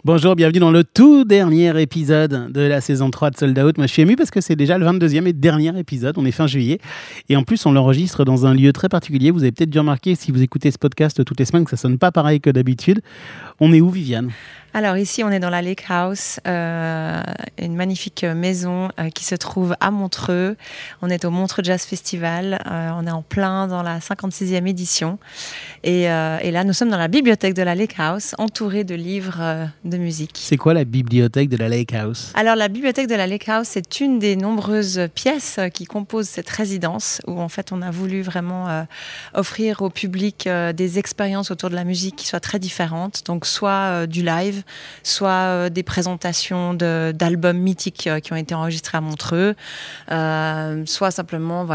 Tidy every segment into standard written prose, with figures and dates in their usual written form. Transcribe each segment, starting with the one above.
Bonjour, bienvenue dans le tout dernier épisode de la saison 3 de Sold Out. Moi, je suis ému parce que c'est déjà le 22e et dernier épisode. On est fin juillet. Et en plus, on l'enregistre dans un lieu très particulier. Vous avez peut-être dû remarquer, si vous écoutez ce podcast toutes les semaines, que ça sonne pas pareil que d'habitude. On est où, Viviane ? Alors ici, on est dans la Lake House, une magnifique maison qui se trouve à Montreux. On est au Montreux Jazz Festival. On est en plein dans la 56e édition. Et là, nous sommes dans la bibliothèque de la Lake House, entourée de livres de musique. C'est quoi la bibliothèque de la Lake House ? Alors, la bibliothèque de la Lake House, c'est une des nombreuses pièces qui composent cette résidence où, en fait, on a voulu vraiment offrir au public des expériences autour de la musique qui soient très différentes. Donc, soit du live, soit des présentations d'albums mythiques qui ont été enregistrés à Montreux, soit simplement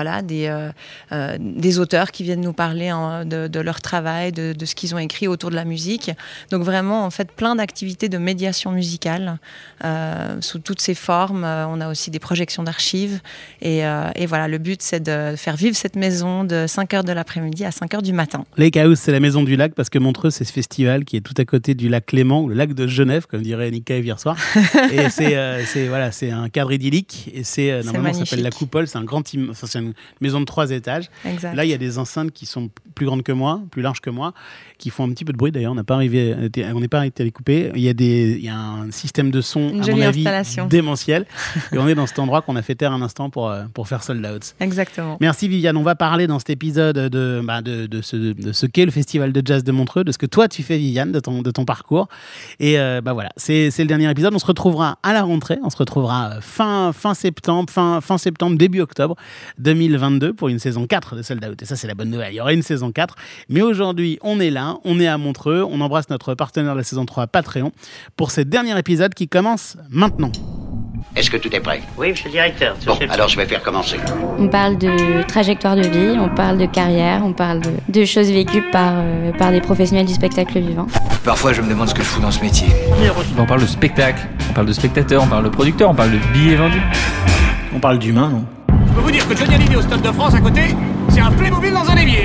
des auteurs qui viennent nous parler de leur travail, de ce qu'ils ont écrit autour de la musique. Donc vraiment, en fait, plein d'activités de médiation musicale sous toutes ces formes. On a aussi des projections d'archives. Et voilà, le but, c'est de faire vivre cette maison de 5h de l'après-midi à 5h du matin. Lake House, c'est la maison du lac parce que Montreux, c'est ce festival qui est tout à côté du lac Clément, ou le lac de Genève, comme dirait Nick Cave hier soir. Et c'est un cadre idyllique. Et normalement, ça s'appelle La Coupole. C'est c'est une maison de 3 étages. Exact. Là, il y a des enceintes qui sont plus grandes que moi, plus larges que moi, qui font un petit peu de bruit. D'ailleurs, on n'est pas arrêté à les couper. Il y a un système de son, une à jolie mon avis, installation. Démentiel. Et on est dans cet endroit qu'on a fait taire un instant pour faire Sold Out. Exactement. Merci Viviane. On va parler dans cet épisode de ce qu'est le Festival de Jazz de Montreux, de ce que toi tu fais, Viviane, de ton parcours. Et voilà, c'est le dernier épisode. On se retrouvera à la rentrée. On se retrouvera fin septembre, début octobre 2022 pour une saison 4 de Sold Out. Et ça, c'est la bonne nouvelle. Il y aura une saison 4. Mais aujourd'hui, on est là, on est à Montreux. On embrasse notre partenaire de la saison 3, Patreon, pour ce dernier épisode qui commence maintenant. Est-ce que tout est prêt ? Oui, monsieur le directeur. Bon, alors je vais faire commencer. On parle de trajectoire de vie, on parle de carrière, on parle de choses vécues par des professionnels du spectacle vivant. Parfois, je me demande ce que je fous dans ce métier. On parle de spectacle, on parle de spectateur, on parle de producteur, on parle de billets vendus. On parle d'humain, non ? Je peux vous dire que Johnny Hallyday au Stade de France à côté, c'est un Playmobil dans un évier.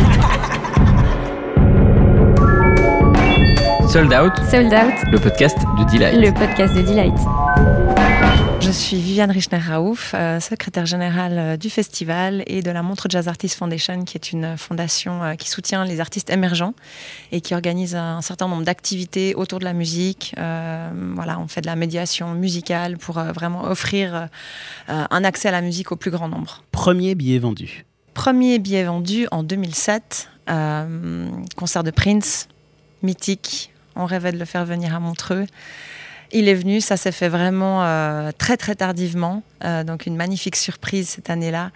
Sold Out, le podcast de Delight. Le podcast de Delight. Je suis Viviane Richner-Raouf, secrétaire générale du festival et de la Montreux Jazz Artists Foundation, qui est une fondation qui soutient les artistes émergents et qui organise un certain nombre d'activités autour de la musique. On fait de la médiation musicale pour vraiment offrir un accès à la musique au plus grand nombre. Premier billet vendu En 2007, concert de Prince, mythique. On rêvait de le faire venir à Montreux. Il est venu, ça s'est fait vraiment très très tardivement, donc une magnifique surprise cette année-là.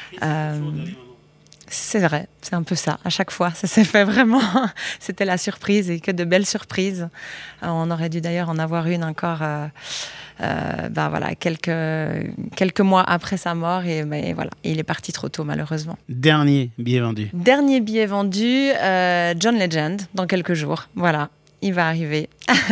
C'est vrai, c'est un peu ça, à chaque fois, ça s'est fait vraiment, c'était la surprise et que de belles surprises. On aurait dû d'ailleurs en avoir une encore quelques mois après sa mort et il est parti trop tôt malheureusement. Dernier billet vendu, John Legend, dans quelques jours, voilà, il va arriver.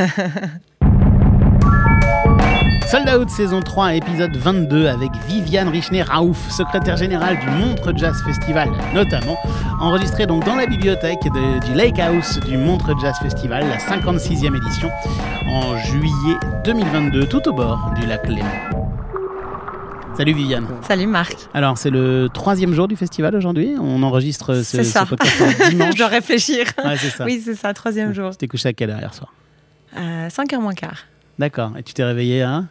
Sold Out saison 3, épisode 22 avec Viviane Richner-Raouf, secrétaire générale du Montreux Jazz Festival, notamment, enregistré donc dans la bibliothèque du Lake House du Montreux Jazz Festival, la 56e édition, en juillet 2022, tout au bord du lac Léman. Salut Viviane. Salut Marc. Alors, c'est le 3e jour du festival aujourd'hui. On enregistre ce podcast dimanche. Je dois réfléchir. Ouais, c'est ça. Oui, c'est ça, 3e jour. Tu t'es couché à quelle heure hier soir ? 5h moins quart. D'accord. Et tu t'es réveillé à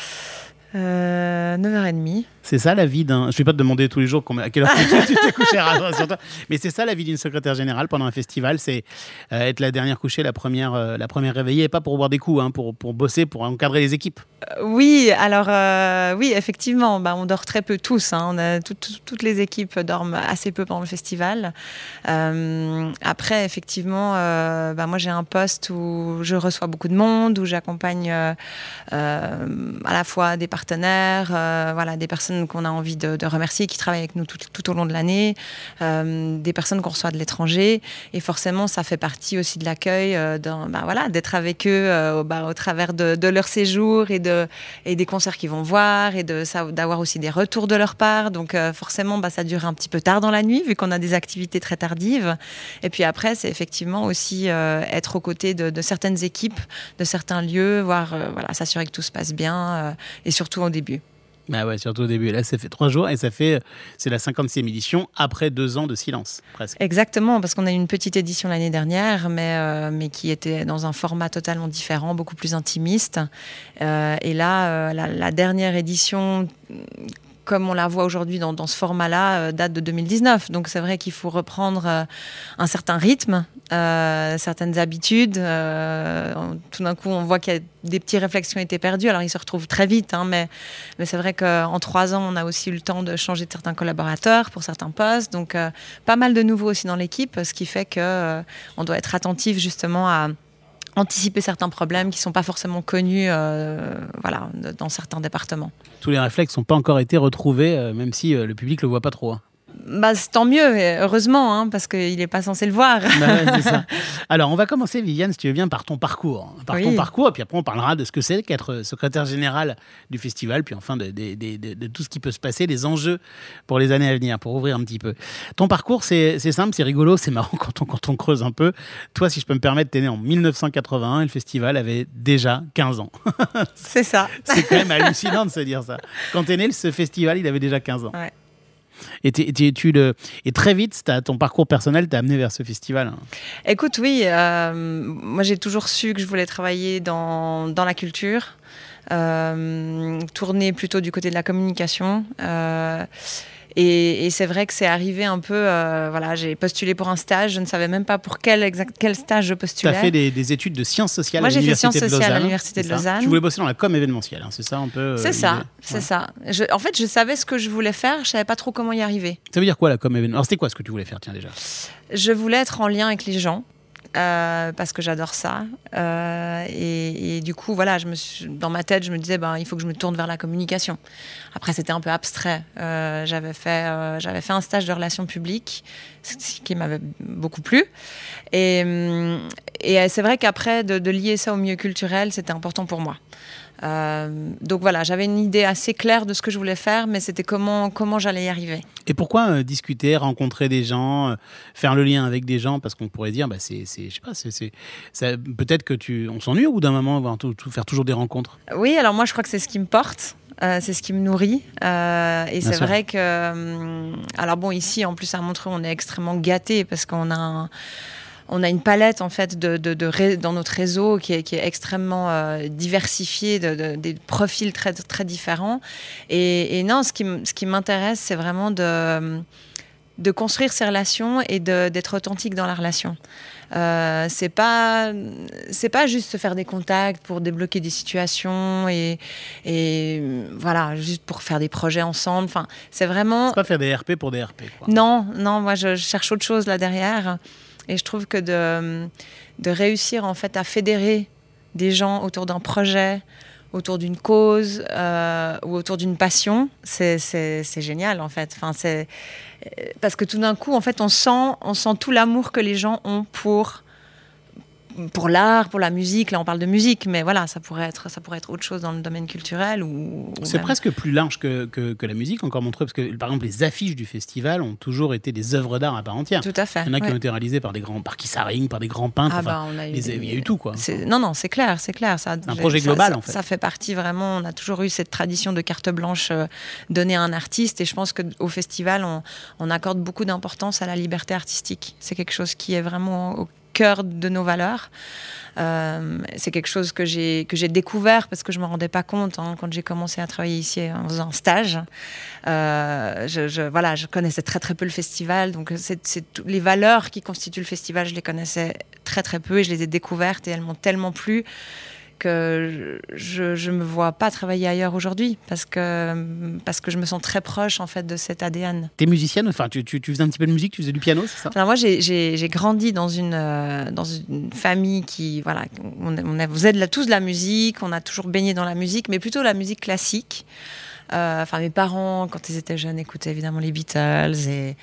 9h30. C'est ça la vie d'un... Je ne vais pas te demander tous les jours à quelle heure tu t'es couché sur toi. Mais c'est ça la vie d'une secrétaire générale pendant un festival, c'est être la dernière couchée, la première réveillée, et pas pour boire des coups, pour bosser, pour encadrer les équipes. Oui, alors oui, effectivement, on dort très peu tous. On a toutes les équipes dorment assez peu pendant le festival. Après, effectivement, moi j'ai un poste où je reçois beaucoup de monde, où j'accompagne à la fois des partenaires partenaires, voilà, des personnes qu'on a envie de remercier, qui travaillent avec nous tout au long de l'année, des personnes qu'on reçoit de l'étranger. Et forcément, ça fait partie aussi de l'accueil, voilà, d'être avec eux au travers de leur séjour et des concerts qu'ils vont voir et d'avoir aussi des retours de leur part. Donc forcément, ça dure un petit peu tard dans la nuit, vu qu'on a des activités très tardives. Et puis après, c'est effectivement aussi être aux côtés de certaines équipes, de certains lieux, voir, s'assurer que tout se passe bien, et surtout au début. Bah ouais, surtout au début. Là, ça fait 3 jours et c'est la 50e édition après 2 ans de silence, presque. Exactement, parce qu'on a eu une petite édition l'année dernière, mais qui était dans un format totalement différent, beaucoup plus intimiste. Et là, la dernière édition, comme on la voit aujourd'hui dans ce format-là, date de 2019. Donc c'est vrai qu'il faut reprendre un certain rythme, certaines habitudes. Tout d'un coup, on voit qu'il y a des petites réflexions qui étaient perdues. Alors ils se retrouvent très vite, mais c'est vrai qu'en 3 ans, on a aussi eu le temps de changer de certains collaborateurs pour certains postes. Donc pas mal de nouveaux aussi dans l'équipe, ce qui fait qu'on doit être attentif justement à anticiper certains problèmes qui ne sont pas forcément connus dans certains départements. Tous les réflexes n'ont pas encore été retrouvés, même si le public ne le voit pas trop. C'est tant mieux, heureusement, parce qu'il n'est pas censé le voir. C'est ça. Alors, on va commencer, Viviane, si tu veux bien, par ton parcours. Ton parcours, et puis après, on parlera de ce que c'est qu'être secrétaire général du festival, puis enfin de tout ce qui peut se passer, les enjeux pour les années à venir, pour ouvrir un petit peu. Ton parcours, c'est simple, c'est rigolo, c'est marrant quand on creuse un peu. Toi, si je peux me permettre, t'es né en 1981 et le festival avait déjà 15 ans. C'est ça. C'est quand même hallucinant de se dire ça. Quand t'es né, ce festival, il avait déjà 15 ans. Ouais. Et très vite, ton parcours personnel t'a amené vers ce festival. Écoute, oui, moi j'ai toujours su que je voulais travailler dans la culture, tourner plutôt du côté de la communication. Et c'est vrai que c'est arrivé un peu, j'ai postulé pour un stage, je ne savais même pas pour quel stage je postulais. Tu as fait des études de sciences sociales Moi, à l'Université de Lausanne. Moi, j'ai fait sciences sociales à l'Université de Lausanne. Tu voulais bosser dans la com événementielle, c'est ça un peu C'est ça. En fait, je savais ce que je voulais faire, je ne savais pas trop comment y arriver. Ça veut dire quoi la com événementielle ? Alors, c'était quoi ce que tu voulais faire, tiens, déjà ? Je voulais être en lien avec les gens. Parce que j'adore ça et du coup dans ma tête je me disais il faut que je me tourne vers la communication. Après c'était un peu abstrait, j'avais fait un stage de relations publiques, ce qui m'avait beaucoup plu et c'est vrai qu'après de lier ça au milieu culturel c'était important pour moi. Donc j'avais une idée assez claire de ce que je voulais faire, mais c'était comment j'allais y arriver. Et pourquoi discuter, rencontrer des gens, faire le lien avec des gens ? Parce qu'on pourrait dire, peut-être que on s'ennuie au bout d'un moment, faire toujours des rencontres. Oui, alors moi je crois que c'est ce qui me porte. C'est ce qui me nourrit et c'est vrai que ici en plus à Montreux on est extrêmement gâtés parce qu'on a une palette en fait dans notre réseau qui est extrêmement diversifiée, des profils très très différents. Et non, ce qui m'intéresse, c'est vraiment de construire ces relations et d'être authentique dans la relation. C'est pas juste se faire des contacts pour débloquer des situations et juste pour faire des projets ensemble. Enfin, c'est vraiment. C'est pas faire des RP pour des RP, quoi. Non, moi je cherche autre chose là derrière. Et je trouve que de réussir en fait à fédérer des gens autour d'un projet, autour d'une cause ou autour d'une passion, c'est génial en fait. Enfin, parce que tout d'un coup en fait on sent tout l'amour que les gens ont pour l'art, pour la musique. Là, on parle de musique, mais voilà, ça pourrait être autre chose dans le domaine culturel. C'est presque plus large que la musique, encore Montreux, parce que, par exemple, les affiches du festival ont toujours été des œuvres d'art à part entière. Tout à fait. Il y en a qui ont été réalisées par Kissaring, par des grands peintres. Il y a eu tout, quoi. Non, c'est clair. Ça, un projet global, en fait. Ça fait partie vraiment. On a toujours eu cette tradition de carte blanche donnée à un artiste, et je pense qu'au festival, on accorde beaucoup d'importance à la liberté artistique. C'est quelque chose qui est vraiment au cœur de nos valeurs. C'est quelque chose que j'ai découvert parce que je ne me rendais pas compte quand j'ai commencé à travailler ici en faisant un stage. Je connaissais très très peu le festival, donc les valeurs qui constituent le festival, je les connaissais très très peu et je les ai découvertes et elles m'ont tellement plu je me vois pas travailler ailleurs aujourd'hui parce que je me sens très proche en fait de cet ADN. T'es musicienne, enfin tu faisais un petit peu de musique, tu faisais du piano, c'est ça? Alors moi j'ai grandi dans une famille qui voilà, on faisait tous de la musique, on a toujours baigné dans la musique, mais plutôt la musique classique. Enfin mes parents quand ils étaient jeunes écoutaient évidemment les Beatles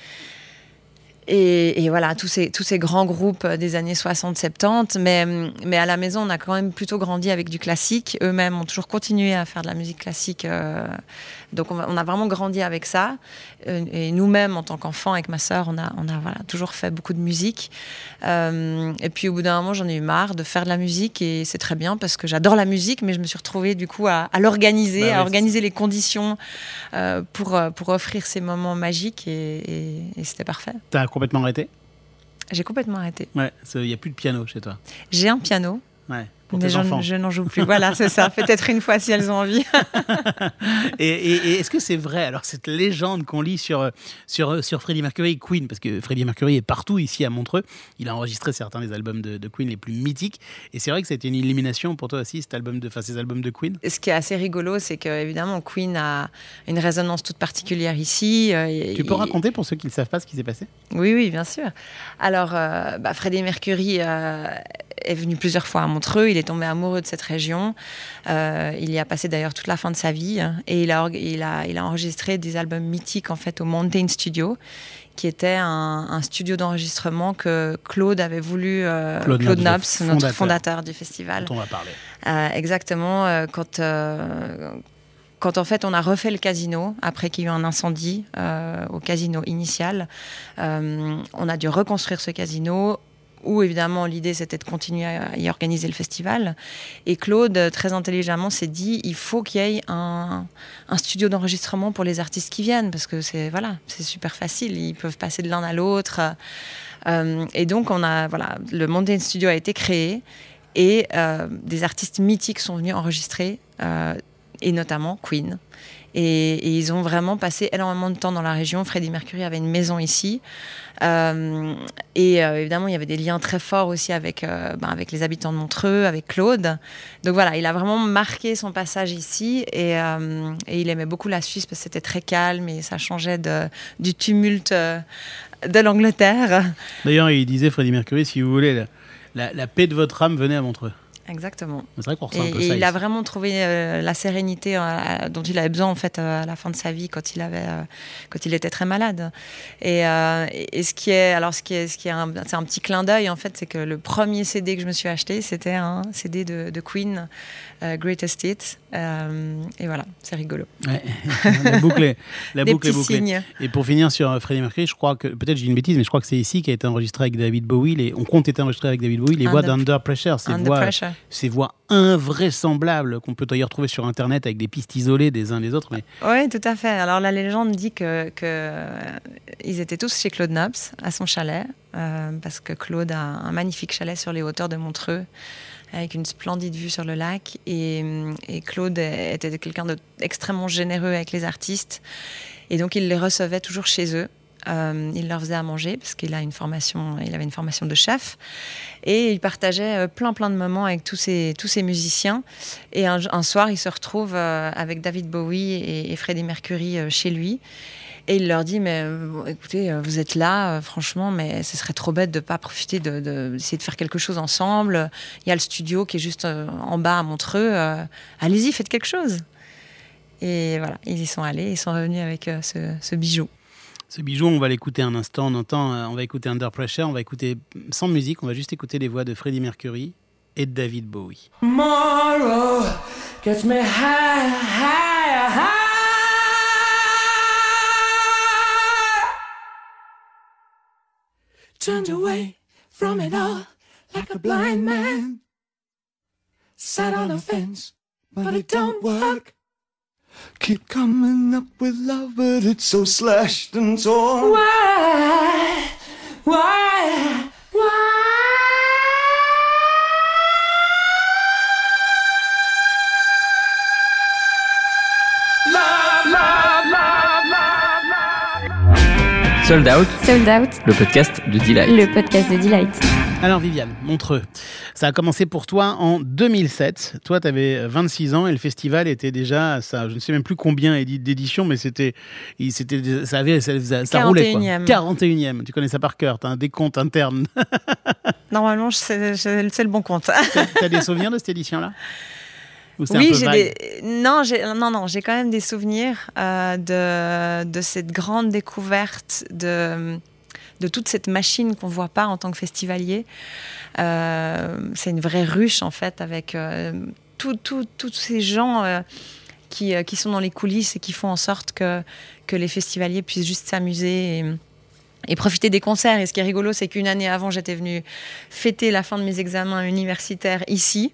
et voilà, tous ces grands groupes des années 60-70, mais à la maison, on a quand même plutôt grandi avec du classique. Eux-mêmes ont toujours continué à faire de la musique classique. Donc, on a vraiment grandi avec ça. Et nous-mêmes, en tant qu'enfants, avec ma sœur, on a voilà, toujours fait beaucoup de musique. Et puis, au bout d'un moment, j'en ai eu marre de faire de la musique. Et c'est très bien parce que j'adore la musique, mais je me suis retrouvée, du coup, à l'organiser, à organiser les conditions pour offrir ces moments magiques. Et c'était parfait. T'as complètement arrêté? J'ai complètement arrêté. Ouais, il n'y a plus de piano chez toi. J'ai un piano. Ouais, pour mais tes enfants. Je n'en joue plus. Voilà, c'est ça. Peut-être une fois si elles ont envie. et est-ce que c'est vrai, alors cette légende qu'on lit sur Freddie Mercury et Queen, parce que Freddie Mercury est partout ici à Montreux, il a enregistré certains des albums de Queen les plus mythiques, et c'est vrai que c'était une illumination pour toi aussi, ces albums de Queen? Ce qui est assez rigolo, c'est qu'évidemment Queen a une résonance toute particulière ici. Tu peux raconter pour ceux qui ne savent pas ce qui s'est passé? Oui, bien sûr. Alors, Freddie Mercury est venu plusieurs fois à Montreux, il est tombé amoureux de cette région, il y a passé d'ailleurs toute la fin de sa vie, et il a enregistré des albums mythiques en fait au Mountain Studio, qui était un studio d'enregistrement que Claude avait voulu, Claude Nobs, notre fondateur du festival. Dont on va parler. Exactement, quand en fait on a refait le casino, après qu'il y a eu un incendie au casino initial, on a dû reconstruire ce casino, où évidemment l'idée c'était de continuer à y organiser le festival. Et Claude, très intelligemment, s'est dit il faut qu'il y ait un studio d'enregistrement pour les artistes qui viennent, parce que c'est super facile, ils peuvent passer de l'un à l'autre. Et donc le Mountain Studio a été créé, et des artistes mythiques sont venus enregistrer, et notamment Queen. Et ils ont vraiment passé énormément de temps dans la région. Freddie Mercury avait une maison ici. Évidemment, il y avait des liens très forts aussi avec les habitants de Montreux, avec Claude. Donc voilà, il a vraiment marqué son passage ici. Et il aimait beaucoup la Suisse parce que c'était très calme et ça changeait du tumulte de l'Angleterre. D'ailleurs, il disait, Freddie Mercury, si vous voulez, la paix de votre âme, venez à Montreux. Exactement. C'est vrai qu'on ressent un peu ça. Il a vraiment trouvé la sérénité dont il avait besoin en fait à la fin de sa vie quand il était très malade. Et ce qui est un petit clin d'œil en fait, c'est que le premier CD que je me suis acheté, c'était un CD de Queen, Greatest Hits. Et voilà, c'est rigolo. Ouais. La boucle est bouclée. Signes. Et pour finir sur Freddie Mercury, je crois que, peut-être je dis une bêtise, mais je crois que c'est ici qui a été enregistré avec David Bowie. On compte été enregistré avec David Bowie, les voix d'Under Pressure. Ces voix invraisemblables qu'on peut d'ailleurs trouver sur Internet avec des pistes isolées des uns des autres. Mais... Oui, tout à fait. Alors la légende dit que ils étaient tous chez Claude Nobs, à son chalet, parce que Claude a un magnifique chalet sur les hauteurs de Montreux, avec une splendide vue sur le lac. Et Claude était quelqu'un d'extrêmement généreux avec les artistes. Et donc, il les recevait toujours chez eux. Il leur faisait à manger parce qu'il avait une formation de chef, et il partageait plein de moments avec tous ces musiciens. Et un soir, il se retrouve avec David Bowie et Freddie Mercury chez lui, et il leur dit mais écoutez, vous êtes là, franchement, mais ce serait trop bête de pas profiter d'essayer de faire quelque chose ensemble. Il y a le studio qui est juste en bas à Montreux, allez-y, faites quelque chose. Et voilà, ils y sont allés, ils sont revenus avec ce bijou. Ce bijou, on va l'écouter un instant. On va écouter Under Pressure, on va écouter sans musique, on va juste écouter les voix de Freddie Mercury et de David Bowie. Tomorrow gets me high, high, high. Turned away from it all like a blind man. Sat on a fence, but it don't work. Keep coming up with love, but it's so slashed and torn. Why? Sold Out, Sold Out, le podcast de Delight. le podcast de Delight. Alors Viviane, Montreux, ça a commencé pour toi en 2007. Toi, tu avais 26 ans et le festival était déjà, ça, je ne sais même plus combien d'éditions, mais ça roulait quoi. 41e. Tu connais ça par cœur, tu as un décompte interne. Normalement, c'est le bon compte. Tu as des souvenirs de cette édition-là? Oui, j'ai quand même des souvenirs de cette grande découverte de toute cette machine qu'on ne voit pas en tant que festivalier. C'est une vraie ruche, en fait, avec tous ces gens qui sont dans les coulisses et qui font en sorte que les festivaliers puissent juste s'amuser et profiter des concerts. Et ce qui est rigolo, c'est qu'une année avant, j'étais venue fêter la fin de mes examens universitaires ici.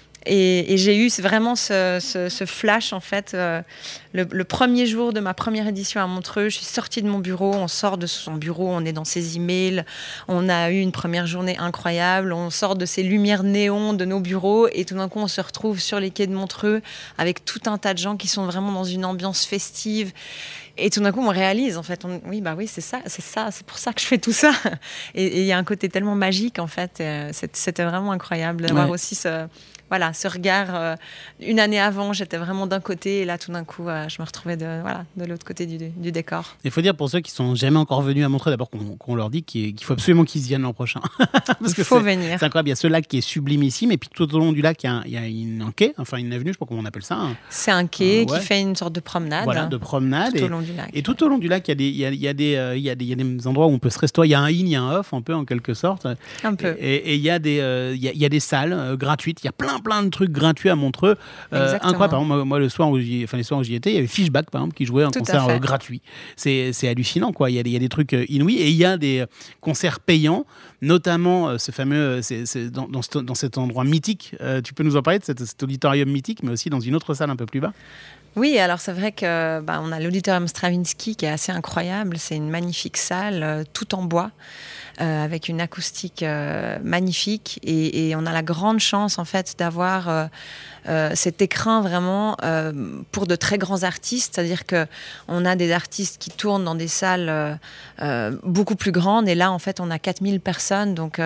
Et j'ai eu vraiment ce flash, en fait, le premier jour de ma première édition à Montreux. Je suis sortie de mon bureau, on sort de son bureau, on est dans ses emails, on a eu une première journée incroyable, on sort de ces lumières néons de nos bureaux et tout d'un coup, on se retrouve sur les quais de Montreux avec tout un tas de gens qui sont vraiment dans une ambiance festive. Et tout d'un coup, on réalise, en fait, oui, c'est ça, c'est pour ça que je fais tout ça. Et il y a un côté tellement magique, en fait. C'était vraiment incroyable d'avoir aussi ce regard. Une année avant, j'étais vraiment d'un côté, et là, tout d'un coup, je me retrouvais de l'autre côté du décor. Il faut dire pour ceux qui sont jamais encore venus à Montreux, d'abord qu'on leur dit qu'il faut absolument qu'ils viennent l'an prochain. Parce il faut venir. C'est incroyable. Il y a ce lac qui est sublimissime, et puis tout au long du lac, il y a un quai, enfin une avenue, je ne sais pas comment on appelle ça. C'est un quai qui fait une sorte de promenade. Voilà, de promenade. Tout au long du lac. Et tout au long du lac, il y a des endroits où on peut se restaurer. Il y a un in, il y a un off, un peu en quelque sorte. Un peu. Et il y a des salles gratuites. Il y a plein de trucs gratuits à Montreux. Incroyable. Par exemple, moi, les soirs où j'y étais, il y avait Fishback, par exemple, qui jouait un concert gratuit. C'est hallucinant, quoi. Il y a des trucs inouïs. Et il y a des concerts payants, notamment ce fameux, dans cet endroit mythique. Tu peux nous en parler de cet auditorium mythique, mais aussi dans une autre salle un peu plus bas? Oui, alors c'est vrai que on a l'auditorium Stravinsky qui est assez incroyable. C'est une magnifique salle, tout en bois, avec une acoustique magnifique. Et on a la grande chance, en fait, d'avoir cet écrin vraiment pour de très grands artistes. C'est-à-dire qu'on a des artistes qui tournent dans des salles beaucoup plus grandes. Et là, en fait, on a 4000 personnes. Donc,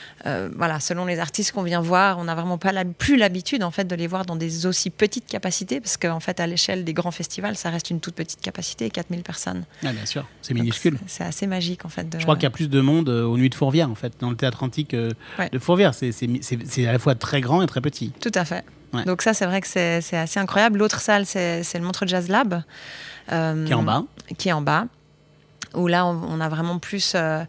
selon les artistes qu'on vient voir, on n'a vraiment plus l'habitude, en fait, de les voir dans des aussi petites capacités. Parce qu'en fait, à l'échelle des grands festivals, ça reste une toute petite capacité, 4000 personnes. Ah, bien sûr, c'est minuscule. Donc, c'est assez magique, en fait. Je crois qu'il y a plus de monde aux Nuits de Fourvière, en fait, dans le théâtre antique de Fourvière. C'est à la fois très grand et très petit. Tout à fait. Ouais. Donc ça, c'est vrai que c'est assez incroyable. L'autre salle, c'est le Montreux Jazz Lab. Qui est en bas. Où là, on a vraiment plus soit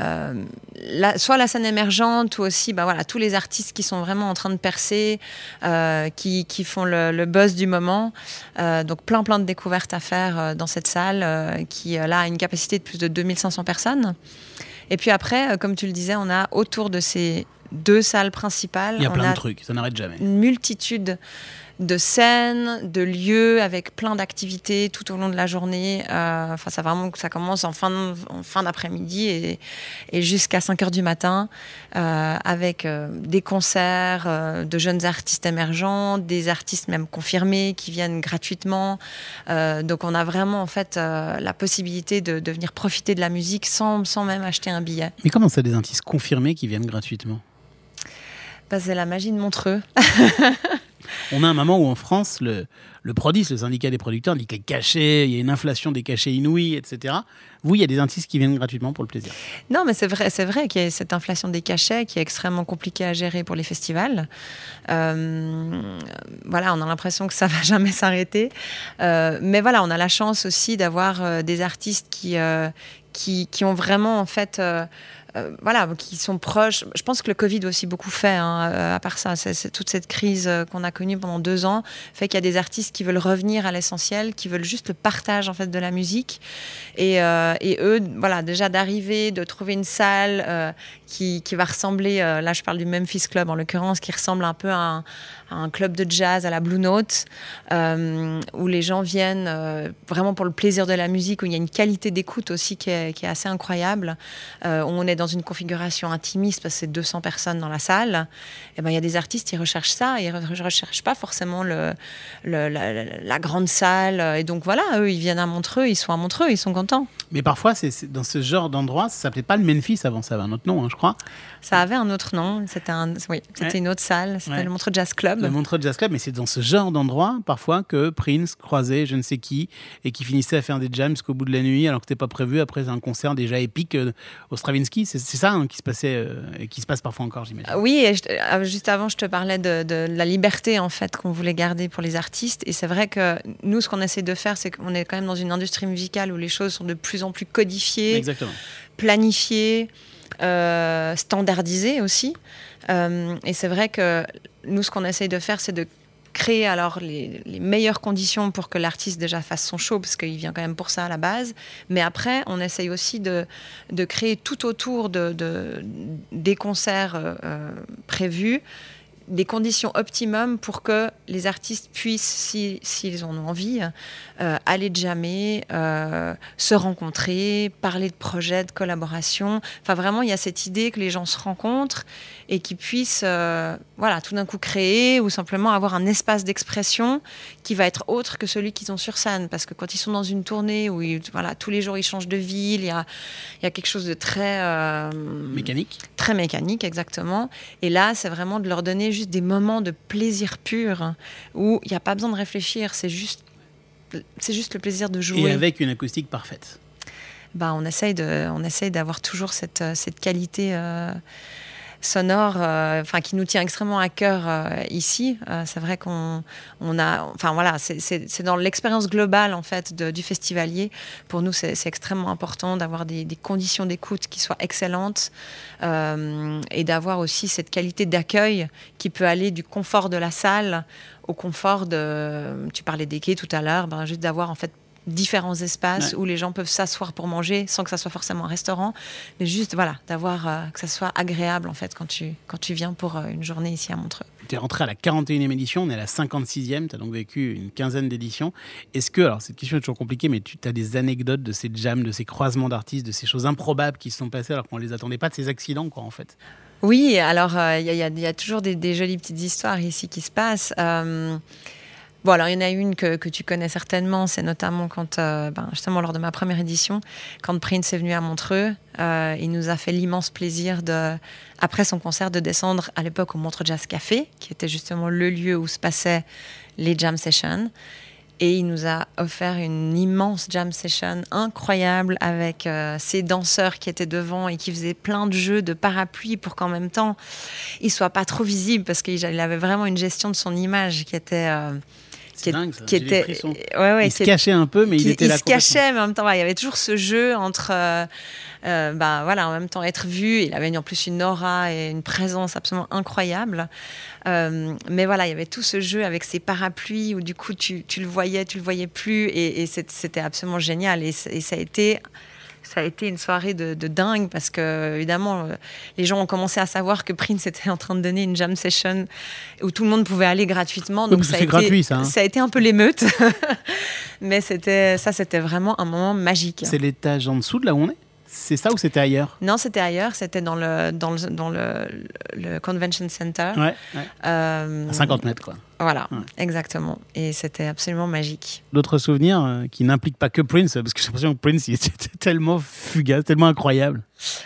la scène émergente ou aussi tous les artistes qui sont vraiment en train de percer, qui font le buzz du moment. Donc plein de découvertes à faire dans cette salle qui là a une capacité de plus de 2500 personnes. Et puis après, comme tu le disais, on a autour de ces deux salles principales, il y a plein de trucs, ça n'arrête jamais. Une multitude de scènes, de lieux avec plein d'activités tout au long de la journée. Ça commence en fin d'après-midi et jusqu'à 5h du matin avec des concerts de jeunes artistes émergents, des artistes même confirmés qui viennent gratuitement. Donc on a vraiment en fait la possibilité de venir profiter de la musique sans même acheter un billet. Mais comment ça, des artistes confirmés qui viennent gratuitement? C'est la magie de Montreux. On a un moment où en France, le Prodis, le syndicat des producteurs, dit que les cachets, il y a une inflation des cachets inouïs, etc. Vous, il y a des artistes qui viennent gratuitement pour le plaisir. Non, mais c'est vrai qu'il y a cette inflation des cachets qui est extrêmement compliquée à gérer pour les festivals. On a l'impression que ça va jamais s'arrêter. Mais voilà, on a la chance aussi d'avoir des artistes qui ont vraiment en fait qui sont proches. Je pense que le Covid a aussi beaucoup fait, à part ça. C'est toute cette crise qu'on a connue pendant 2 ans fait qu'il y a des artistes qui veulent revenir à l'essentiel, qui veulent juste le partage en fait de la musique. Et eux, déjà d'arriver, de trouver une salle qui va ressembler, là je parle du Memphis Club en l'occurrence, qui ressemble un peu à un club de jazz à la Blue Note, où les gens viennent vraiment pour le plaisir de la musique, où il y a une qualité d'écoute aussi qui est assez incroyable, où on est dans une configuration intimiste parce que c'est 200 personnes dans la salle. Et il y a des artistes qui recherchent ça, ils ne recherchent pas forcément la grande salle. Et donc voilà, eux, ils viennent à Montreux, ils sont à Montreux, ils sont contents. Mais parfois, c'est dans ce genre d'endroit, ça s'appelait pas le Memphis avant, ça avait un autre nom, je crois. crois. Ça avait un autre nom, c'était une autre salle, c'était le Montreux Jazz Club. Le Montreux Jazz Club, mais c'est dans ce genre d'endroit, parfois, que Prince croisait je ne sais qui, et qui finissait à faire des jams jusqu'au bout de la nuit, alors que c'était pas prévu, après un concert déjà épique au Stravinsky. C'est ça qui se passait, et qui se passe parfois encore, j'imagine. Oui, et juste avant, je te parlais de la liberté, en fait, qu'on voulait garder pour les artistes. Et c'est vrai que nous, ce qu'on essaie de faire, c'est qu'on est quand même dans une industrie musicale où les choses sont de plus en plus codifiées, Exactement. planifiées, standardisées aussi. Et c'est vrai que nous, ce qu'on essaye de faire, c'est de créer alors les meilleures conditions pour que l'artiste déjà fasse son show, parce qu'il vient quand même pour ça à la base. Mais après, on essaye aussi de créer tout autour des concerts prévus des conditions optimum pour que les artistes puissent, s'ils en ont envie, aller jammer, se rencontrer, parler de projets, de collaboration. Enfin, vraiment, il y a cette idée que les gens se rencontrent et qu'ils puissent, tout d'un coup créer ou simplement avoir un espace d'expression qui va être autre que celui qu'ils ont sur scène. Parce que quand ils sont dans une tournée où tous les jours ils changent de ville, il y a quelque chose de très... mécanique. Très mécanique, exactement. Et là, c'est vraiment de leur donner juste des moments de plaisir pur où il n'y a pas besoin de réfléchir, c'est juste le plaisir de jouer. Et avec une acoustique parfaite. On essaye d'avoir toujours cette qualité sonore, qui nous tient extrêmement à cœur ici. C'est vrai c'est dans l'expérience globale en fait du festivalier. Pour nous, c'est extrêmement important d'avoir des conditions d'écoute qui soient excellentes et d'avoir aussi cette qualité d'accueil qui peut aller du confort de la salle au confort tu parlais des quais tout à l'heure, juste d'avoir en fait différents espaces où les gens peuvent s'asseoir pour manger sans que ça soit forcément un restaurant, mais juste d'avoir que ça soit agréable en fait quand tu viens pour une journée ici à Montreux. Tu es rentré à la 41e édition, on est à la 56e, tu as donc vécu une quinzaine d'éditions. Est-ce que, alors cette question est toujours compliquée, mais tu as des anecdotes de ces jams, de ces croisements d'artistes, de ces choses improbables qui se sont passées alors qu'on ne les attendait pas, de ces accidents quoi en fait? Oui, alors il y a toujours des jolies petites histoires ici qui se passent. Alors il y en a une que tu connais certainement, c'est notamment quand, justement lors de ma première édition, quand Prince est venu à Montreux, il nous a fait l'immense plaisir après son concert de descendre à l'époque au Montreux Jazz Café, qui était justement le lieu où se passaient les jam sessions. Et il nous a offert une immense jam session incroyable avec ces danseurs qui étaient devant et qui faisaient plein de jeux de parapluie pour qu'en même temps, il ne soit pas trop visible parce qu'il avait vraiment une gestion de son image qui était... C'est dingue, ça. Qui J'ai des était, frissons. Il se cachait un peu, mais il était là. Il se cachait, mais en même temps, il y avait toujours ce jeu entre, en même temps être vu. Il avait en plus une aura et une présence absolument incroyable. Mais voilà, il y avait tout ce jeu avec ses parapluies où du coup tu le voyais plus, et c'était absolument génial. Et ça a été une soirée de dingue parce que, évidemment, les gens ont commencé à savoir que Prince était en train de donner une jam session où tout le monde pouvait aller gratuitement. Donc, c'est gratuit, ça. Ça a été un peu l'émeute. Mais c'était vraiment un moment magique. C'est l'étage en dessous de là où on est ? C'est ça ou c'était ailleurs ? Non, c'était ailleurs. C'était dans le Convention Center. Ouais. À 50 mètres, quoi. Voilà, exactement. Et c'était absolument magique. D'autres souvenirs qui n'impliquent pas que Prince, parce que j'ai l'impression que Prince, il était tellement fugace, tellement incroyable.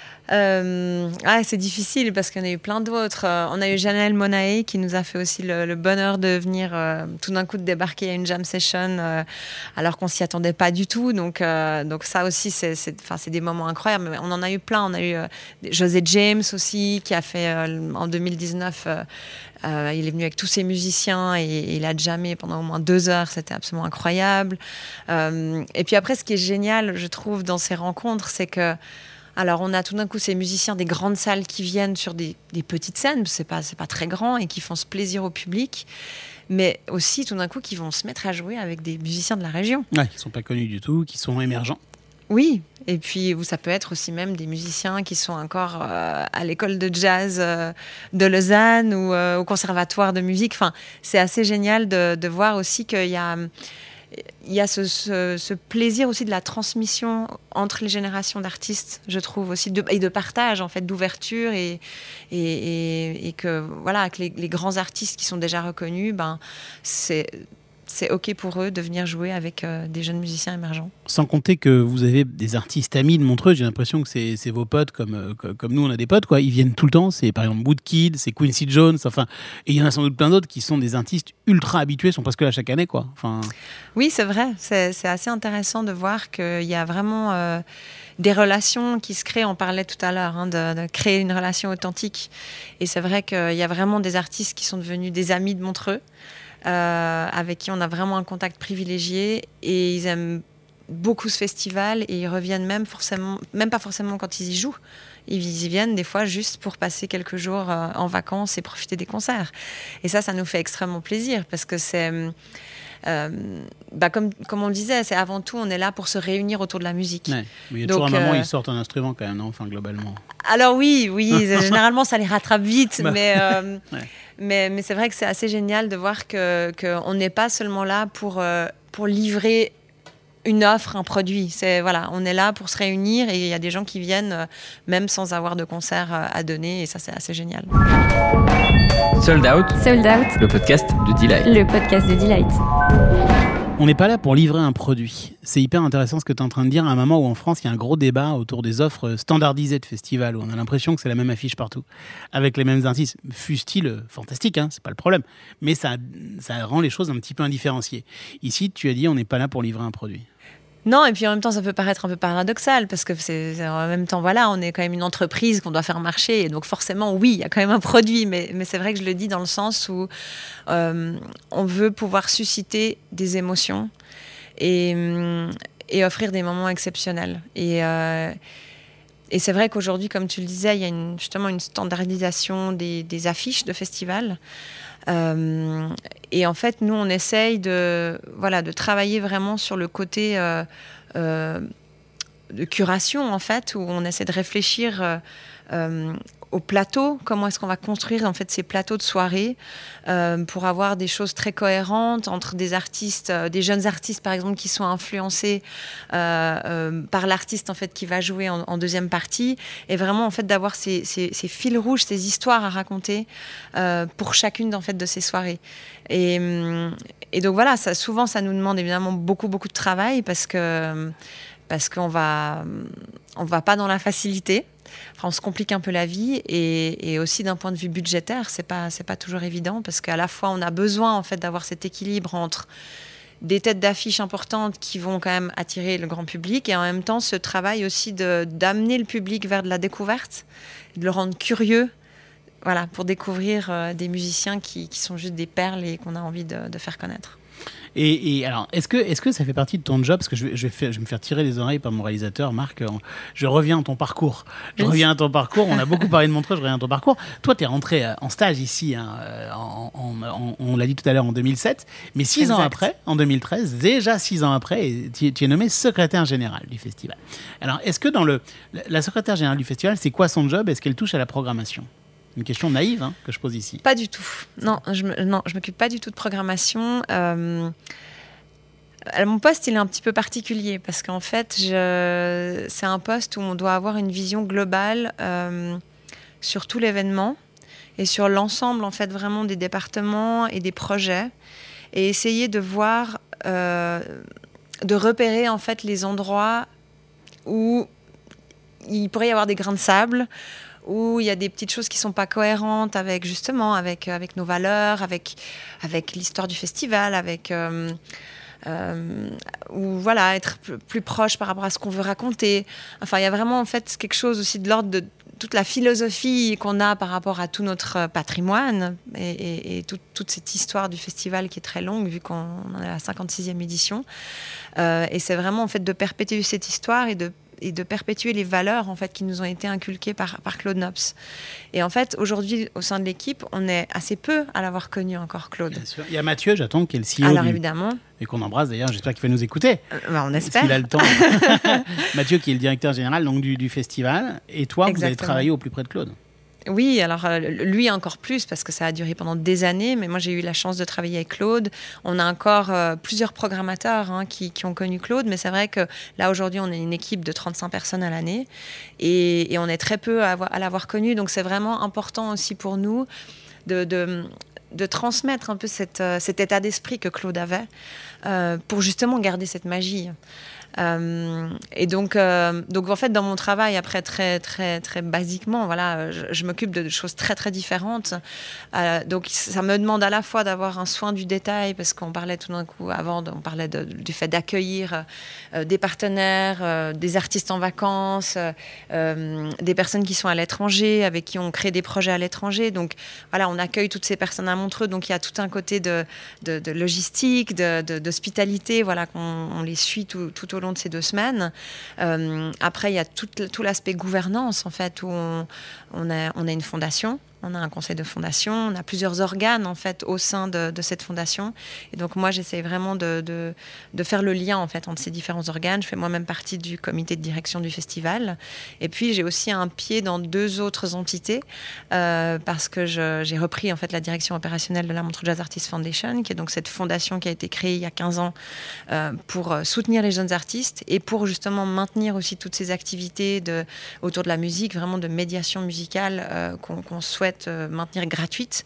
C'est difficile parce qu'on a eu plein d'autres. On a eu Janelle Monáe qui nous a fait aussi le bonheur de venir tout d'un coup de débarquer à une jam session alors qu'on s'y attendait pas du tout. Donc ça aussi, c'est des moments incroyables. Mais on en a eu plein. On a eu José James aussi qui a fait en 2019. Il est venu avec tous ses musiciens et il a jammé pendant au moins 2 heures. C'était absolument incroyable. Et puis après, ce qui est génial, je trouve, dans ces rencontres, c'est que alors, on a tout d'un coup ces musiciens des grandes salles qui viennent sur des petites scènes, c'est pas très grand, et qui font ce plaisir au public, mais aussi tout d'un coup qui vont se mettre à jouer avec des musiciens de la région. Ouais, qui sont pas connus du tout, qui sont émergents. Oui, et puis ça peut être aussi même des musiciens qui sont encore à l'école de jazz de Lausanne ou au conservatoire de musique. Enfin, c'est assez génial de voir aussi qu'il y a ce plaisir aussi de la transmission entre les générations d'artistes, je trouve aussi, et de partage en fait, d'ouverture et que voilà, que les grands artistes qui sont déjà reconnus, c'est c'est OK pour eux de venir jouer avec des jeunes musiciens émergents. Sans compter que vous avez des artistes amis de Montreux, j'ai l'impression que c'est vos potes comme nous, on a des potes, quoi. Ils viennent tout le temps. C'est par exemple Woodkid, c'est Quincy Jones, enfin, et il y en a sans doute plein d'autres qui sont des artistes ultra habitués, sont presque là chaque année, quoi. Enfin... Oui, c'est vrai. C'est assez intéressant de voir qu'il y a vraiment des relations qui se créent. On parlait tout à l'heure de créer une relation authentique. Et c'est vrai qu'il y a vraiment des artistes qui sont devenus des amis de Montreux, avec qui on a vraiment un contact privilégié, et ils aiment beaucoup ce festival, et ils reviennent même pas forcément quand ils y jouent. Ils y viennent des fois juste pour passer quelques jours en vacances et profiter des concerts. Et ça nous fait extrêmement plaisir, parce que c'est... comme on le disait, c'est avant tout, on est là pour se réunir autour de la musique. Ouais, mais il y a toujours un moment où ils sortent un instrument quand même, non ? Enfin, globalement. Alors oui, généralement ça les rattrape vite, ouais. mais c'est vrai que c'est assez génial de voir qu'on n'est pas seulement là pour livrer une offre, un produit. On est là pour se réunir, et il y a des gens qui viennent même sans avoir de concert à donner, et ça c'est assez génial. Sold Out, le podcast de Delight. Le podcast de Delight. On n'est pas là pour livrer un produit. C'est hyper intéressant ce que tu es en train de dire à un moment où en France, il y a un gros débat autour des offres standardisées de festivals, où on a l'impression que c'est la même affiche partout, avec les mêmes artistes. Fût-il fantastique, c'est pas le problème. Mais ça rend les choses un petit peu indifférenciées. Ici, tu as dit, on n'est pas là pour livrer un produit. Non, et puis en même temps, ça peut paraître un peu paradoxal, parce que en même temps, on est quand même une entreprise qu'on doit faire marcher, et donc forcément, oui, il y a quand même un produit, mais c'est vrai que je le dis dans le sens où on veut pouvoir susciter des émotions et offrir des moments exceptionnels. Et c'est vrai qu'aujourd'hui, comme tu le disais, il y a justement une standardisation des affiches de festivals. Et en fait, nous, on essaye de travailler vraiment sur le côté de curation, en fait, où on essaie de réfléchir au plateau, comment est-ce qu'on va construire en fait ces plateaux de soirée pour avoir des choses très cohérentes entre des artistes, des jeunes artistes par exemple qui sont influencés par l'artiste en fait qui va jouer en deuxième partie, et vraiment en fait d'avoir ces fils rouges, ces histoires à raconter pour chacune en fait de ces soirées. Et donc voilà, souvent ça nous demande évidemment beaucoup de travail, parce qu'on va pas dans la facilité. Enfin, on se complique un peu la vie, et aussi d'un point de vue budgétaire, c'est pas toujours évident, parce qu'à la fois on a besoin en fait d'avoir cet équilibre entre des têtes d'affiche importantes qui vont quand même attirer le grand public, et en même temps ce travail aussi d'amener le public vers de la découverte, de le rendre curieux, pour découvrir des musiciens qui sont juste des perles et qu'on a envie de faire connaître. Et alors, est-ce que ça fait partie de ton job ? Parce que je vais me faire tirer les oreilles par mon réalisateur, Marc. Je reviens à ton parcours. On a beaucoup parlé de Montreux, je reviens à ton parcours. Toi, tu es rentré en stage ici, on l'a dit tout à l'heure, en 2007. Mais 6 ans après, en 2013, déjà 6 ans après, tu es nommé secrétaire général du festival. Alors, est-ce que la secrétaire générale du festival, c'est quoi son job ? Est-ce qu'elle touche à la programmation ? Une question naïve que je pose ici. Pas du tout. Non, je m'occupe pas du tout de programmation. Mon poste, il est un petit peu particulier, parce qu'en fait, c'est un poste où on doit avoir une vision globale sur tout l'événement et sur l'ensemble, en fait, vraiment des départements et des projets, et essayer de voir, de repérer, en fait, les endroits où il pourrait y avoir des grains de sable, où il y a des petites choses qui ne sont pas cohérentes avec nos valeurs, avec l'histoire du festival, être plus proche par rapport à ce qu'on veut raconter. Enfin, il y a vraiment en fait quelque chose aussi de l'ordre de toute la philosophie qu'on a par rapport à tout notre patrimoine et toute cette histoire du festival qui est très longue, vu qu'on en est à la 56e édition. Et c'est vraiment en fait de perpétuer cette histoire et de perpétuer les valeurs en fait qui nous ont été inculquées par Claude Nobs. Et en fait, aujourd'hui, au sein de l'équipe, on est assez peu à l'avoir connu encore, Claude. Bien sûr. Il y a Mathieu, j'attends, qui est le CEO. Alors évidemment. Et qu'on embrasse d'ailleurs, j'espère qu'il va nous écouter. On espère. Parce qu'il a le temps. Mathieu, qui est le directeur général donc, du festival. Et toi, Exactement. Vous avez travaillé au plus près de Claude. Oui, alors lui encore plus, parce que ça a duré pendant des années, mais moi j'ai eu la chance de travailler avec Claude. On a encore plusieurs programmateurs qui ont connu Claude, mais c'est vrai que là aujourd'hui on est une équipe de 35 personnes à l'année, et on est très peu à l'avoir connu, donc c'est vraiment important aussi pour nous de de transmettre un peu cet état d'esprit que Claude avait pour justement garder cette magie. Et donc en fait, dans mon travail, après très très très basiquement, voilà, je m'occupe de choses très très différentes. Donc ça me demande à la fois d'avoir un soin du détail, parce qu'on parlait tout d'un coup avant, on parlait du fait d'accueillir des partenaires, des artistes en vacances, des personnes qui sont à l'étranger, avec qui on crée des projets à l'étranger. Donc voilà, on accueille toutes ces personnes à Montreux. Donc il y a tout un côté de logistique, d'hospitalité, voilà, qu'on les suit tout au long de ces 2 semaines. Après, il y a tout l'aspect gouvernance, en fait, où on a une fondation. On a un conseil de fondation, on a plusieurs organes en fait au sein de cette fondation. Et donc moi, j'essaie vraiment de faire le lien en fait entre ces différents organes. Je fais moi-même partie du comité de direction du festival. Et puis j'ai aussi un pied dans 2 autres entités parce que j'ai repris en fait la direction opérationnelle de la Montreux Jazz Artists Foundation, qui est donc cette fondation qui a été créée il y a 15 ans pour soutenir les jeunes artistes et pour justement maintenir aussi toutes ces activités autour de la musique, vraiment de médiation musicale qu'on souhaite maintenir gratuite.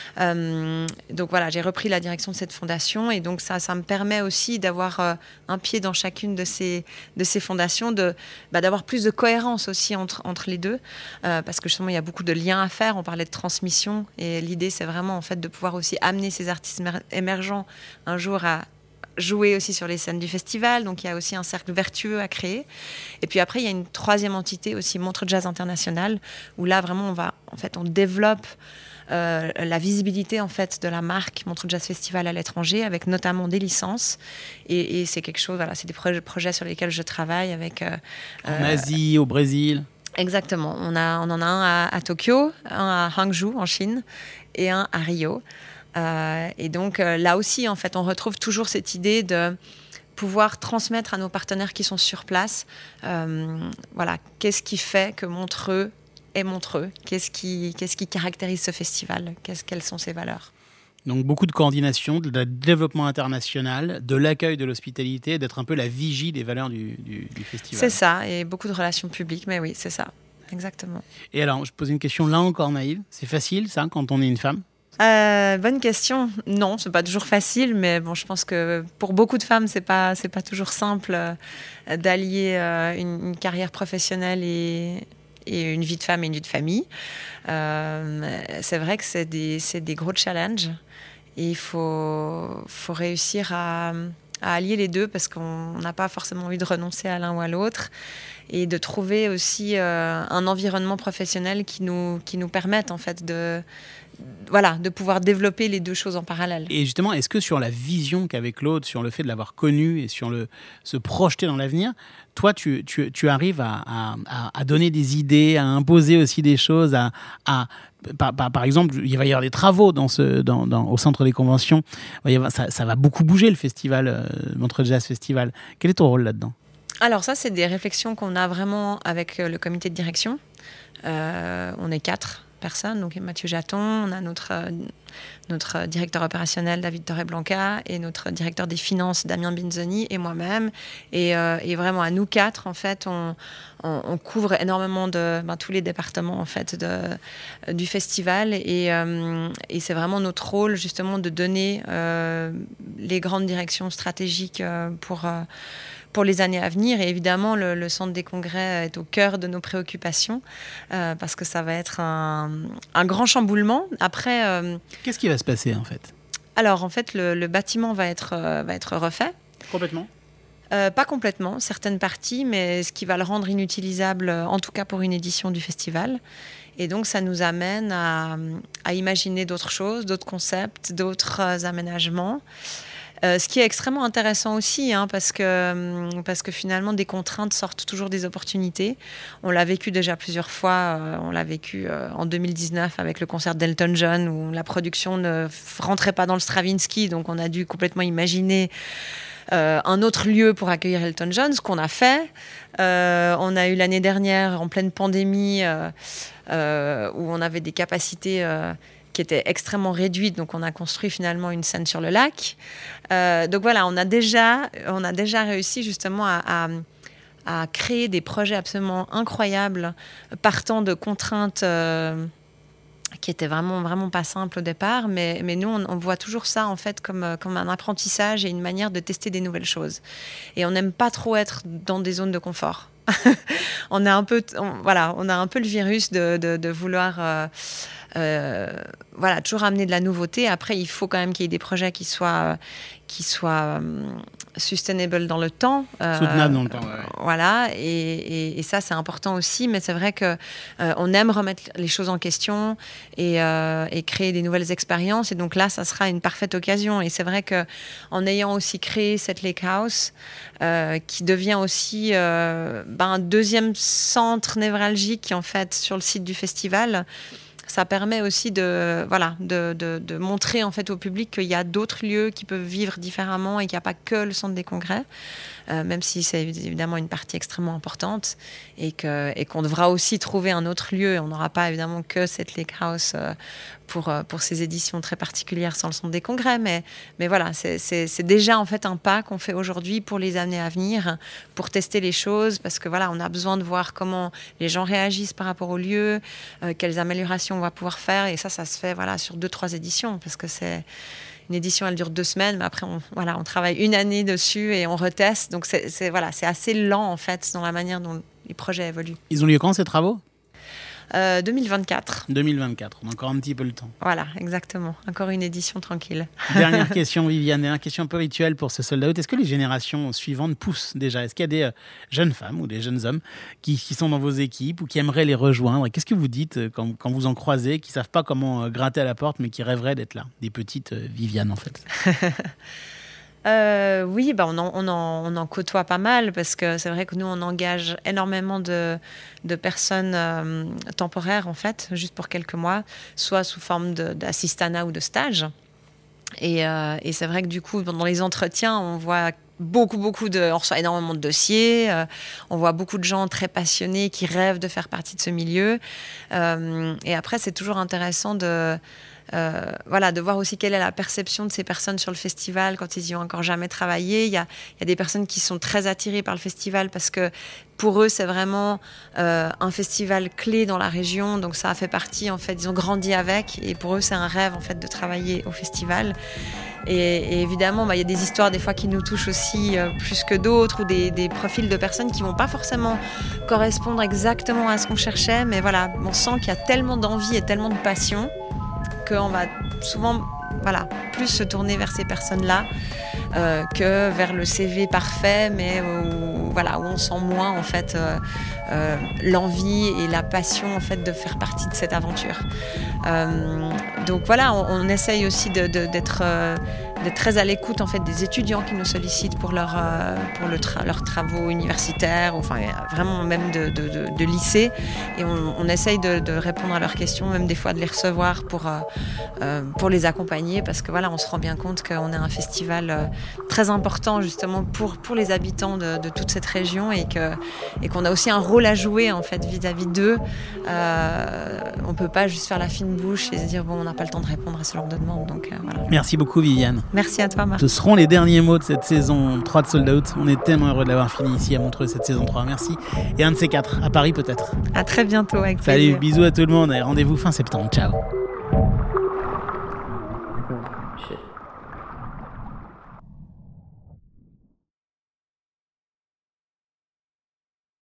Donc voilà, j'ai repris la direction de cette fondation et donc ça me permet aussi d'avoir un pied dans chacune de ces fondations, d'avoir plus de cohérence aussi entre les deux, parce que justement il y a beaucoup de liens à faire. On parlait de transmission et l'idée c'est vraiment en fait de pouvoir aussi amener ces artistes émergents un jour à jouer aussi sur les scènes du festival, donc il y a aussi un cercle vertueux à créer. Et puis après, il y a une 3e entité aussi, Montreux Jazz International, où là vraiment on développe la visibilité en fait de la marque Montreux Jazz Festival à l'étranger, avec notamment des licences. Et c'est quelque chose, voilà, c'est des projets sur lesquels je travaille avec en Asie, au Brésil. Exactement. On en a un à Tokyo, un à Hangzhou en Chine et un à Rio. Et donc là aussi, en fait, on retrouve toujours cette idée de pouvoir transmettre à nos partenaires qui sont sur place, voilà, qu'est-ce qui fait que Montreux est Montreux, qu'est-ce qui caractérise ce festival, quelles sont ses valeurs. Donc beaucoup de coordination, de développement international, de l'accueil, de l'hospitalité, d'être un peu la vigie des valeurs du festival. C'est ça, et beaucoup de relations publiques, mais oui, c'est ça, exactement. Et alors, je pose une question là encore naïve. C'est facile, ça, quand on est une femme ? Bonne question. Non, c'est pas toujours facile, mais bon, je pense que pour beaucoup de femmes, c'est pas toujours simple d'allier une carrière professionnelle et une vie de femme et une vie de famille. C'est vrai que c'est des gros challenges et il faut réussir à allier les deux, parce qu'on n'a pas forcément envie de renoncer à l'un ou à l'autre, et de trouver aussi un environnement professionnel qui nous permette en fait de pouvoir développer les 2 choses en parallèle. Et justement, est-ce que sur la vision qu'avait Claude, sur le fait de l'avoir connu et sur se projeter dans l'avenir, toi, tu arrives à donner des idées, à imposer aussi des choses, par exemple, il va y avoir des travaux au centre des conventions. Ça va beaucoup bouger, le festival, Montreux Jazz Festival. Quel est ton rôle là-dedans ? Alors ça, c'est des réflexions qu'on a vraiment avec le comité de direction. On est 4 personnes, donc Mathieu Jaton, on a notre directeur opérationnel David Torreblanca et notre directeur des finances Damien Binzoni et moi-même, et vraiment à nous 4 en fait on couvre énormément tous les départements en fait du festival, et c'est vraiment notre rôle justement de donner les grandes directions stratégiques pour les années à venir. Et évidemment, le centre des congrès est au cœur de nos préoccupations, parce que ça va être un grand chamboulement. Après, qu'est-ce qui va se passer en fait ? Alors en fait, le bâtiment va être refait. Complètement ? Pas complètement, certaines parties, mais ce qui va le rendre inutilisable, en tout cas pour une édition du festival. Et donc ça nous amène à imaginer d'autres choses, d'autres concepts, d'autres aménagements. Ce qui est extrêmement intéressant aussi, parce que finalement, des contraintes sortent toujours des opportunités. On l'a vécu déjà plusieurs fois. On l'a vécu en 2019 avec le concert d'Elton John, où la production ne rentrait pas dans le Stravinsky. Donc, on a dû complètement imaginer un autre lieu pour accueillir Elton John, ce qu'on a fait. On a eu l'année dernière, en pleine pandémie, où on avait des capacités qui était extrêmement réduite, donc on a construit finalement une scène sur le lac. Donc voilà, on a déjà réussi justement à créer des projets absolument incroyables, partant de contraintes qui était vraiment pas simple au départ, mais nous on voit toujours ça en fait comme un apprentissage et une manière de tester des nouvelles choses. Et on n'aime pas trop être dans des zones de confort. on a un peu le virus de vouloir toujours amener de la nouveauté. Après, il faut quand même qu'il y ait des projets qui soient sustainable dans le temps. Soutenable dans le temps, ouais. Voilà, et ça, c'est important aussi. Mais c'est vrai qu'on aime remettre les choses en question et créer des nouvelles expériences. Et donc là, ça sera une parfaite occasion. Et c'est vrai qu'en ayant aussi créé cette Lake House, qui devient aussi un deuxième centre névralgique, en fait, sur le site du festival, ça permet aussi de montrer en fait au public qu'il y a d'autres lieux qui peuvent vivre différemment et qu'il n'y a pas que le centre des congrès, même si c'est évidemment une partie extrêmement importante et qu'on devra aussi trouver un autre lieu. On n'aura pas évidemment que cette Lake House pour ces éditions très particulières sans le centre des congrès, mais voilà, c'est déjà en fait un pas qu'on fait aujourd'hui pour les années à venir, pour tester les choses, parce que voilà, on a besoin de voir comment les gens réagissent par rapport au lieu, quelles améliorations on va pouvoir faire, et ça se fait sur 2-3 éditions, parce que c'est une édition, elle dure 2 semaines, mais après on travaille une année dessus et on reteste, donc c'est assez lent en fait dans la manière dont les projets évoluent. Ils ont lieu quand, ces travaux ? 2024. 2024, on a encore un petit peu le temps. Voilà, exactement. Encore une édition tranquille. Dernière question, Viviane, dernière question un peu rituelle pour ce sold out. Est-ce que les générations suivantes poussent déjà ? Est-ce qu'il y a des jeunes femmes ou des jeunes hommes qui sont dans vos équipes ou qui aimeraient les rejoindre ? Et qu'est-ce que vous dites quand vous en croisez, qui ne savent pas comment gratter à la porte, mais qui rêveraient d'être là ? Des petites Viviane, en fait. Oui, on en côtoie pas mal, parce que c'est vrai que nous, on engage énormément de personnes temporaires, en fait, juste pour quelques mois, soit sous forme d'assistanat ou de stage. Et c'est vrai que du coup, dans les entretiens, on voit on reçoit énormément de dossiers, on voit beaucoup de gens très passionnés qui rêvent de faire partie de ce milieu. Et après, c'est toujours intéressant de voir aussi quelle est la perception de ces personnes sur le festival quand ils y ont encore jamais travaillé. Il y a des personnes qui sont très attirées par le festival parce que pour eux, c'est vraiment un festival clé dans la région. Donc ça a fait partie, en fait, ils ont grandi avec. Et pour eux, c'est un rêve, en fait, de travailler au festival. Et évidemment, il y a des histoires, des fois, qui nous touchent aussi plus que d'autres, ou des profils de personnes qui ne vont pas forcément correspondre exactement à ce qu'on cherchait. Mais voilà, on sent qu'il y a tellement d'envie et tellement de passion qu'on va souvent plus se tourner vers ces personnes-là que vers le CV parfait, mais où on sent moins en fait l'envie et la passion en fait de faire partie de cette aventure. Donc voilà, on essaye aussi d'être très à l'écoute en fait des étudiants qui nous sollicitent pour leurs travaux universitaires, enfin vraiment même de lycée, et on essaye de répondre à leurs questions, même des fois de les recevoir pour les accompagner, parce que on se rend bien compte qu'on est un festival très important justement pour les habitants de toute cette région, et qu'on a aussi un rôle à jouer en fait vis-à-vis d'eux. On peut pas juste faire la fine bouche et se dire on n'a pas le temps de répondre à ce genre de demande. Donc voilà. Merci beaucoup, Viviane. Merci à toi, Marc. Ce seront les derniers mots de cette saison 3 de Sold Out. On est tellement heureux de l'avoir fini ici à Montreux, cette saison 3. Merci. Et un de ces 4 à Paris peut-être. À très bientôt, avec plaisir. Salut, bisous à tout le monde et rendez-vous fin septembre. Ciao.